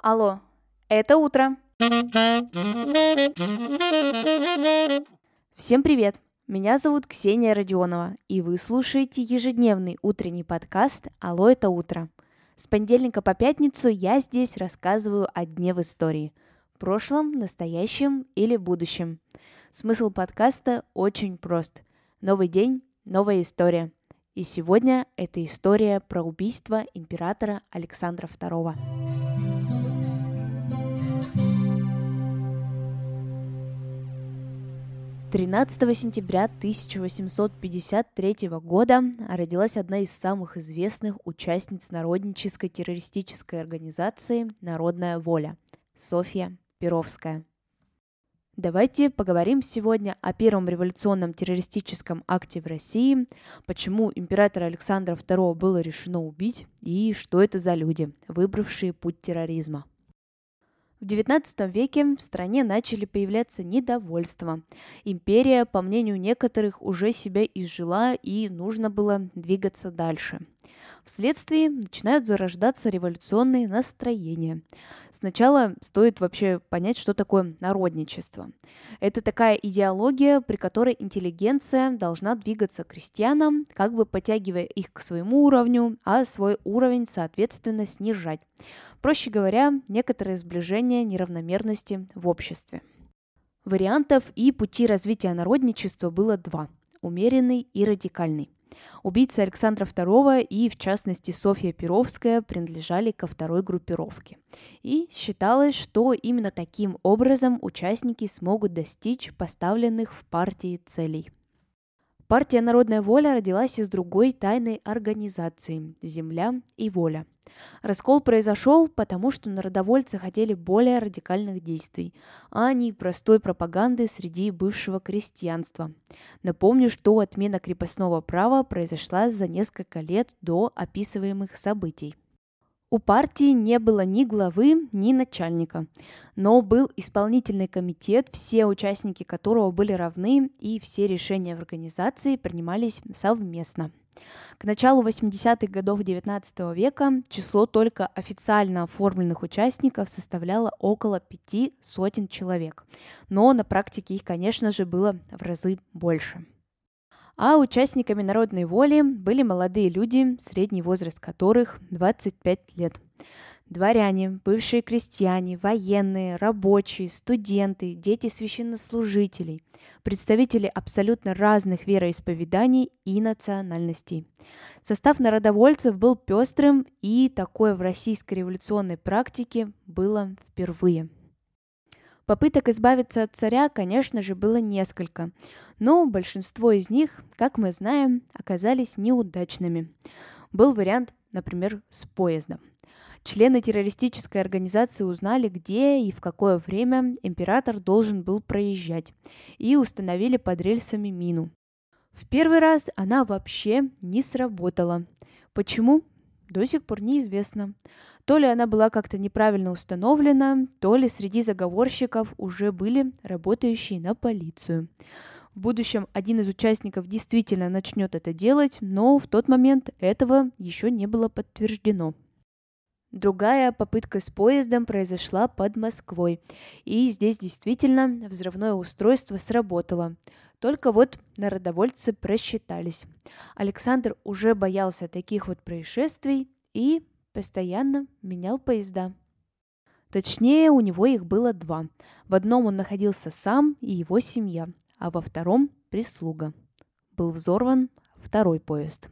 Алло, это утро. Всем привет! Меня зовут Ксения Родионова, и вы слушаете ежедневный утренний подкаст «Алло, это утро». С понедельника по пятницу я здесь рассказываю о дне в истории. Прошлом, настоящем или будущем. Смысл подкаста очень прост. Новый день, новая история. И сегодня это история про убийство императора Александра II. 13 сентября 1853 года родилась одна из самых известных участниц народнической террористической организации «Народная воля» – Софья Перовская. Давайте поговорим сегодня о первом революционном террористическом акте в России, почему императора Александра II было решено убить и что это за люди, выбравшие путь терроризма. В XIX веке в стране начали появляться недовольства. Империя, по мнению некоторых, уже себя изжила и нужно было двигаться дальше. Вследствие начинают зарождаться революционные настроения. Сначала стоит вообще понять, что такое народничество. Это такая идеология, при которой интеллигенция должна двигаться к крестьянам, как бы подтягивая их к своему уровню, а свой уровень, соответственно, снижать. Проще говоря, некоторое сближение неравномерности в обществе. Вариантов и пути развития народничества было два – умеренный и радикальный. Убийцы Александра II и, в частности, Софья Перовская принадлежали ко второй группировке. И считалось, что именно таким образом участники смогут достичь поставленных в партии целей. Партия «Народная воля» родилась из другой тайной организации – «Земля и воля». Раскол произошел, потому что народовольцы хотели более радикальных действий, а не простой пропаганды среди бывшего крестьянства. Напомню, что отмена крепостного права произошла за несколько лет до описываемых событий. У партии не было ни главы, ни начальника, но был исполнительный комитет, все участники которого были равны, и все решения в организации принимались совместно. К началу 80-х годов XIX века число только официально оформленных участников составляло около 500 человек, но на практике их, конечно же, было в разы больше. А участниками народной воли были молодые люди, средний возраст которых 25 лет. Дворяне, бывшие крестьяне, военные, рабочие, студенты, дети священнослужителей, представители абсолютно разных вероисповеданий и национальностей. Состав народовольцев был пестрым, и такое в российской революционной практике было впервые. Попыток избавиться от царя, конечно же, было несколько, но большинство из них, как мы знаем, оказались неудачными. Был вариант, например, с поездом. Члены террористической организации узнали, где и в какое время император должен был проезжать, и установили под рельсами мину. В первый раз она вообще не сработала. Почему? До сих пор неизвестно. То ли она была как-то неправильно установлена, то ли среди заговорщиков уже были работающие на полицию. В будущем один из участников действительно начнет это делать, но в тот момент этого еще не было подтверждено. Другая попытка с поездом произошла под Москвой, и здесь действительно взрывное устройство сработало. Только вот народовольцы просчитались. Александр уже боялся таких вот происшествий и постоянно менял поезда. Точнее, у него их было два. В одном он находился сам и его семья, а во втором – прислуга. Был взорван второй поезд.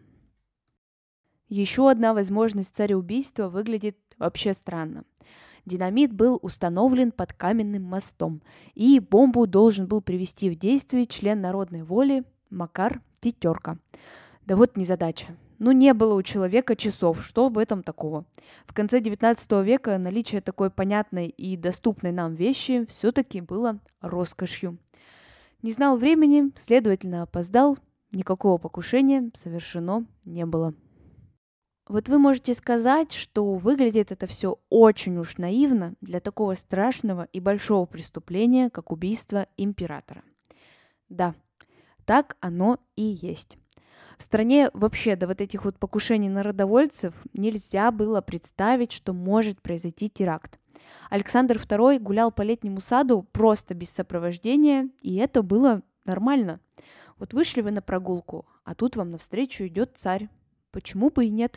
Еще одна возможность цареубийства выглядит вообще странно. Динамит был установлен под каменным мостом, и бомбу должен был привести в действие член народной воли Макар Тетерка. Да вот незадача. Не было у человека часов, что в этом такого? В конце XIX века наличие такой понятной и доступной нам вещи все-таки было роскошью. Не знал времени, следовательно, опоздал, никакого покушения совершено не было. Вот вы можете сказать, что выглядит это все очень уж наивно для такого страшного и большого преступления, как убийство императора. Да, так оно и есть. В стране вообще до вот этих вот покушений народовольцев нельзя было представить, что может произойти теракт. Александр II гулял по летнему саду просто без сопровождения, и это было нормально. Вот вышли вы на прогулку, а тут вам навстречу идет царь. Почему бы и нет?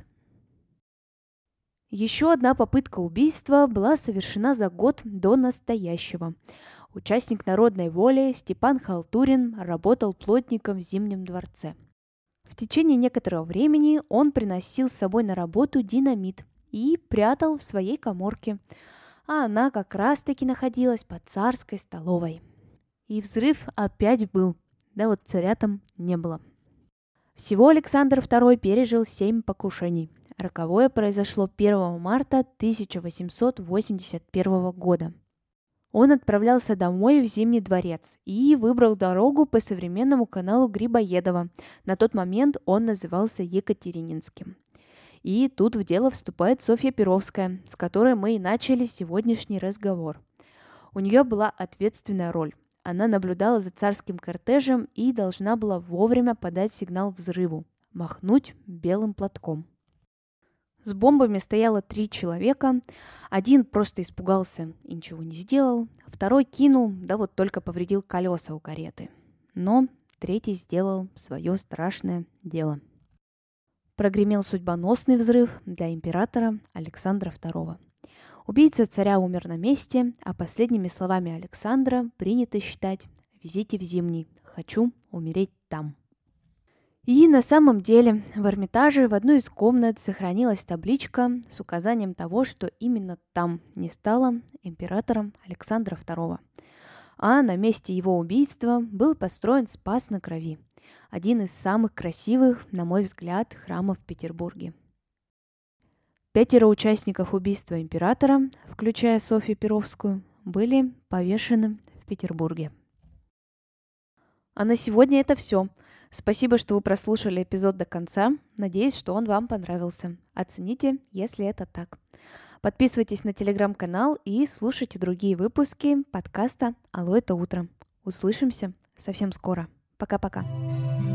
Еще одна попытка убийства была совершена за год до настоящего. Участник народной воли Степан Халтурин работал плотником в Зимнем дворце. В течение некоторого времени он приносил с собой на работу динамит и прятал в своей каморке, а она как раз-таки находилась под царской столовой. И взрыв опять был, да вот царя там не было. Всего Александр II пережил 7 покушений. Роковое произошло 1 марта 1881 года. Он отправлялся домой в Зимний дворец и выбрал дорогу по современному каналу Грибоедова. На тот момент он назывался Екатерининским. И тут в дело вступает Софья Перовская, с которой мы и начали сегодняшний разговор. У нее была ответственная роль. Она наблюдала за царским кортежем и должна была вовремя подать сигнал взрыву, махнуть белым платком. С бомбами стояло 3 человека. Один просто испугался и ничего не сделал. Второй кинул, да вот только повредил колеса у кареты. Но третий сделал свое страшное дело. Прогремел судьбоносный взрыв для императора Александра II. Убийца царя умер на месте, а последними словами Александра принято считать «Везите в Зимний, хочу умереть там». И на самом деле в Эрмитаже в одной из комнат сохранилась табличка с указанием того, что именно там не стало императором Александра II. А на месте его убийства был построен Спас на Крови, один из самых красивых, на мой взгляд, храмов в Петербурге. 5 участников убийства императора, включая Софью Перовскую, были повешены в Петербурге. А на сегодня это все. Спасибо, что вы прослушали эпизод до конца. Надеюсь, что он вам понравился. Оцените, если это так. Подписывайтесь на телеграм-канал и слушайте другие выпуски подкаста «Алло, это утро». Услышимся совсем скоро. Пока-пока.